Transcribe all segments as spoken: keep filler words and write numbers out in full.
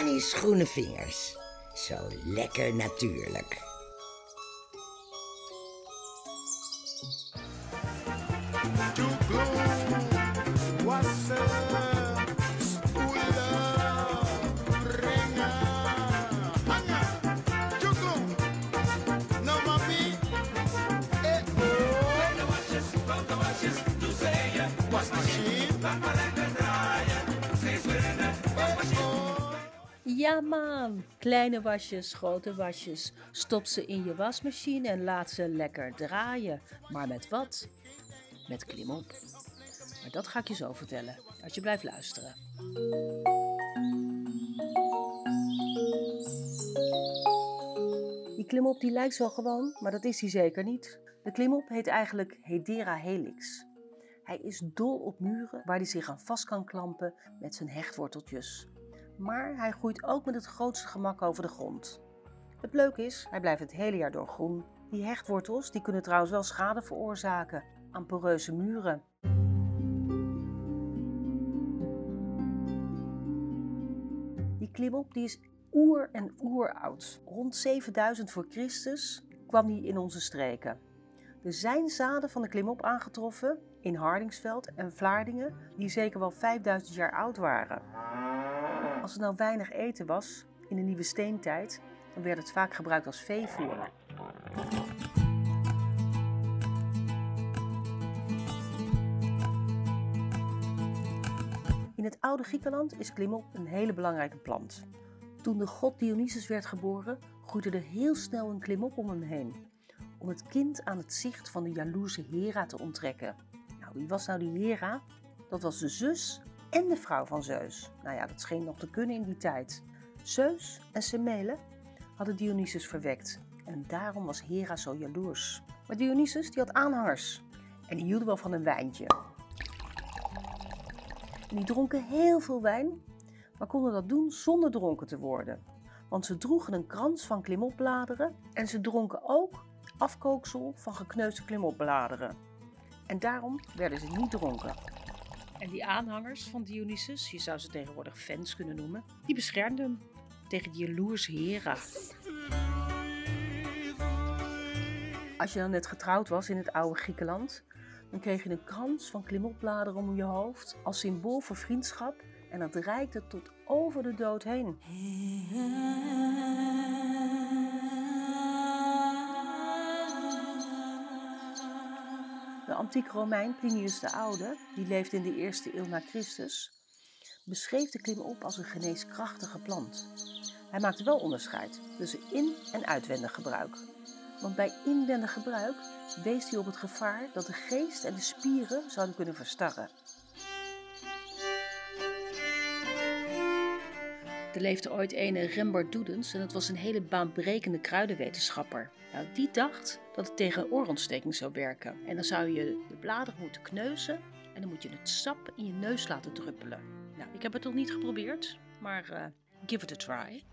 Annie's groene vingers. Zo lekker natuurlijk. Ja man, kleine wasjes, grote wasjes. Stop ze in je wasmachine en laat ze lekker draaien. Maar met wat? Met Klimop. Maar dat ga ik je zo vertellen, als je blijft luisteren. Die Klimop die lijkt zo gewoon, maar dat is hij zeker niet. De Klimop heet eigenlijk Hedera helix. Hij is dol op muren waar hij zich aan vast kan klampen met zijn hechtworteltjes. Maar hij groeit ook met het grootste gemak over de grond. Het leuke is, hij blijft het hele jaar door groen. Die hechtwortels die kunnen trouwens wel schade veroorzaken aan poreuze muren. Die Klimop die is oer en oeroud. Rond zevenduizend voor Christus kwam hij in onze streken. Er zijn zaden van de Klimop aangetroffen in Hardingsveld en Vlaardingen die zeker wel vijfduizend jaar oud waren. Als er nou weinig eten was in de nieuwe steentijd, dan werd het vaak gebruikt als veevoer. In het oude Griekenland is Klimop een hele belangrijke plant. Toen de god Dionysus werd geboren, groeide er heel snel een Klimop om hem heen. Om het kind aan het zicht van de jaloerse Hera te onttrekken. Nou, wie was nou die Hera? Dat was de zus en de vrouw van Zeus. Nou ja, dat scheen nog te kunnen in die tijd. Zeus en Semele hadden Dionysus verwekt. En daarom was Hera zo jaloers. Maar Dionysus die had aanhangers. En die hielden wel van een wijntje. En die dronken heel veel wijn, maar konden dat doen zonder dronken te worden. Want ze droegen een krans van klimopbladeren en ze dronken ook afkooksel van gekneusde klimopbladeren. En daarom werden ze niet dronken. En die aanhangers van Dionysus, je zou ze tegenwoordig fans kunnen noemen, die beschermden hem tegen die jaloerse Hera. Als je dan net getrouwd was in het oude Griekenland, dan kreeg je een krans van klimopbladeren om je hoofd als symbool voor vriendschap en dat reikte tot over de dood heen. De antieke Romein Plinius de Oude, die leefde in de eerste eeuw na Christus, beschreef de klimop als een geneeskrachtige plant. Hij maakte wel onderscheid tussen in- en uitwendig gebruik. Want bij inwendig gebruik wees hij op het gevaar dat de geest en de spieren zouden kunnen verstarren. Er leefde ooit een Rembert Doedens en dat was een hele baanbrekende kruidenwetenschapper. Nou, die dacht dat het tegen een oorontsteking zou werken. En dan zou je de bladeren moeten kneuzen en dan moet je het sap in je neus laten druppelen. Nou, ik heb het nog niet geprobeerd, maar uh, give it a try.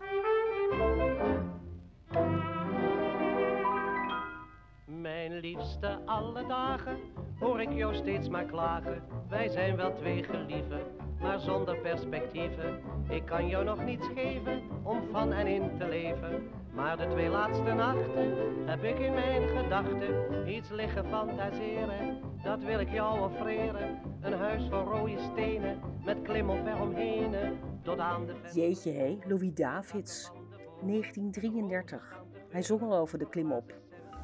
Mijn liefste alle dagen hoor ik jou steeds maar klagen. Wij zijn wel twee gelieven, maar zonder perspectieven. Ik kan jou nog niets geven om van en in te leven. Maar de twee laatste nachten heb ik in mijn gedachten iets liggen fantaseren. Dat wil ik jou offreren. Een huis van rode stenen met klimop eromheen. Tot aan de... Jeetje hé, Louis Davids, negentien drieëndertig. Hij zong al over de klimop.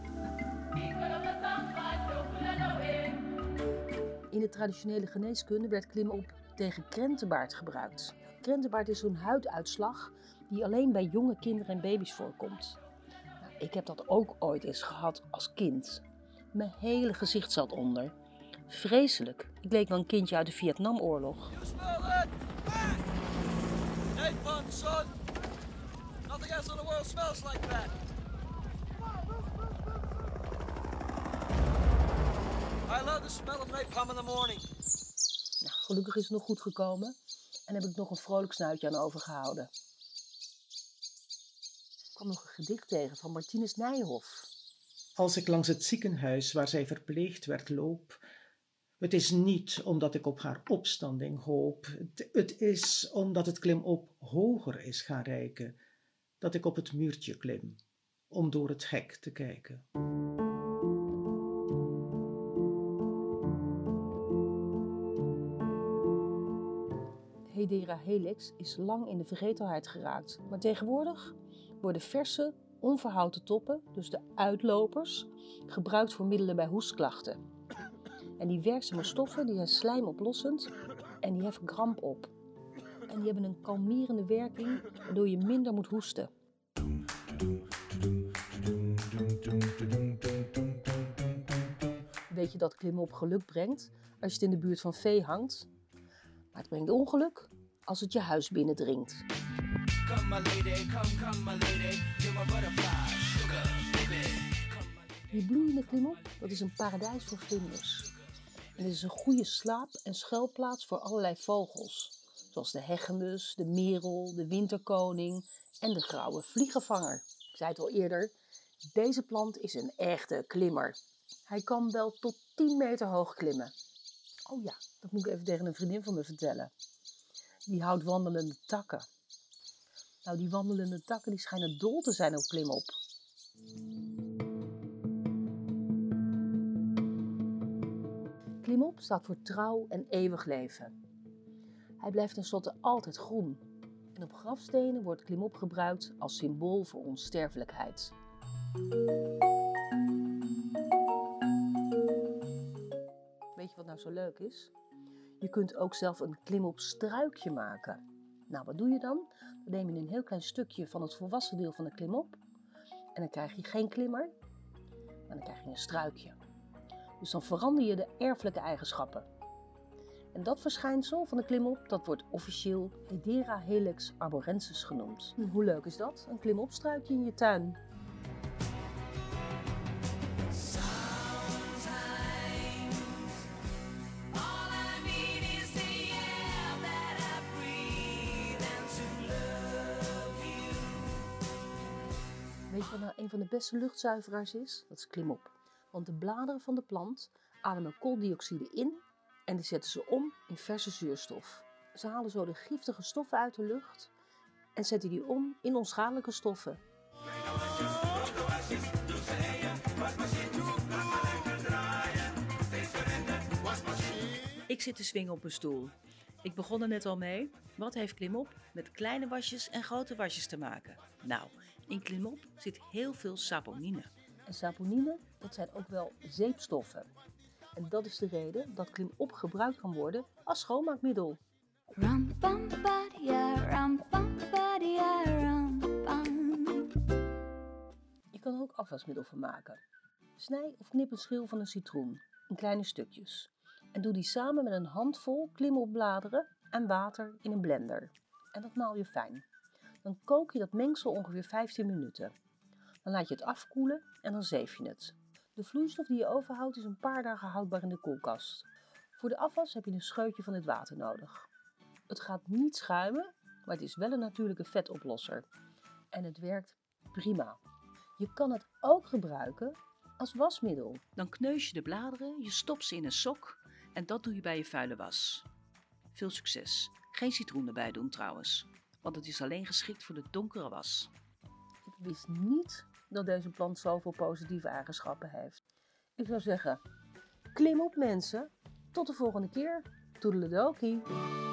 In de traditionele geneeskunde werd klimop tegen krentenbaard gebruikt. Krentenbaard is zo'n huiduitslag die alleen bij jonge kinderen en baby's voorkomt. Nou, ik heb dat ook ooit eens gehad als kind. Mijn hele gezicht zat onder. Vreselijk. Ik leek wel een kindje uit de Vietnamoorlog. Napalm, son! Nothing else in the world smells like that! I love the smell of napalm in the morning. Nou, gelukkig is het nog goed gekomen en heb ik nog een vrolijk snuitje aan overgehouden. Ik kwam nog een gedicht tegen van Martinus Nijhoff. Als ik langs het ziekenhuis waar zij verpleegd werd loop, Het is niet omdat ik op haar opstanding hoop. Het, het is omdat het klimop hoger is gaan reiken, dat ik op het muurtje klim, om door het hek te kijken. Hedera helix is lang in de vergetelheid geraakt, maar tegenwoordig worden verse, onverhouten toppen, dus de uitlopers, gebruikt voor middelen bij hoestklachten. En die werkzame stoffen die zijn slijmoplossend en die heffen kramp op. En die hebben een kalmerende werking, waardoor je minder moet hoesten. Weet je dat klimop geluk brengt als je het in de buurt van vee hangt? Maar het brengt ongeluk als het je huis binnendringt. Die bloeiende klimop, dat is een paradijs voor vlinders. En het is een goede slaap- en schuilplaats voor allerlei vogels. Zoals de hegemus, de merel, de winterkoning en de grauwe vliegenvanger. Ik zei het al eerder, deze plant is een echte klimmer. Hij kan wel tot tien meter hoog klimmen. Oh ja, dat moet ik even tegen een vriendin van me vertellen. Die houdt wandelende takken. Nou, die wandelende takken die schijnen dol te zijn op klimop. Klimop staat voor trouw en eeuwig leven. Hij blijft tenslotte altijd groen. En op grafstenen wordt klimop gebruikt als symbool voor onsterfelijkheid. Weet je wat nou zo leuk is? Je kunt ook zelf een klimopstruikje maken. Nou, wat doe je dan? Dan neem je een heel klein stukje van het volwassen deel van de klimop. En dan krijg je geen klimmer, maar dan krijg je een struikje. Dus dan verander je de erfelijke eigenschappen. En dat verschijnsel van de klimop, dat wordt officieel Hedera helix arborensis genoemd. En hoe leuk is dat? Een klimopstruikje in je tuin. Weet je wat nou een van de beste luchtzuiveraars is? Dat is klimop. Want de bladeren van de plant ademen kooldioxide in en die zetten ze om in verse zuurstof. Ze halen zo de giftige stoffen uit de lucht en zetten die om in onschadelijke stoffen. Ik zit te swingen op een stoel. Ik begon er net al mee. Wat heeft klimop met kleine wasjes en grote wasjes te maken? Nou, in klimop zit heel veel saponine. En saponine, dat zijn ook wel zeepstoffen. En dat is de reden dat klimop gebruikt kan worden als schoonmaakmiddel. Ram pam padia, ram pam padia, ram pam. Je kan er ook afwasmiddel van maken. Snij of knip een schil van een citroen in kleine stukjes. En doe die samen met een handvol klimopbladeren en water in een blender. En dat maal je fijn. Dan kook je dat mengsel ongeveer vijftien minuten. Dan laat je het afkoelen en dan zeef je het. De vloeistof die je overhoudt is een paar dagen houdbaar in de koelkast. Voor de afwas heb je een scheutje van dit water nodig. Het gaat niet schuimen, maar het is wel een natuurlijke vetoplosser. En het werkt prima. Je kan het ook gebruiken als wasmiddel. Dan kneus je de bladeren, je stopt ze in een sok en dat doe je bij je vuile was. Veel succes. Geen citroen erbij doen trouwens, want het is alleen geschikt voor de donkere was. Ik wist niet dat deze plant zoveel positieve eigenschappen heeft. Ik zou zeggen, klim op mensen. Tot de volgende keer. Toedeledokie.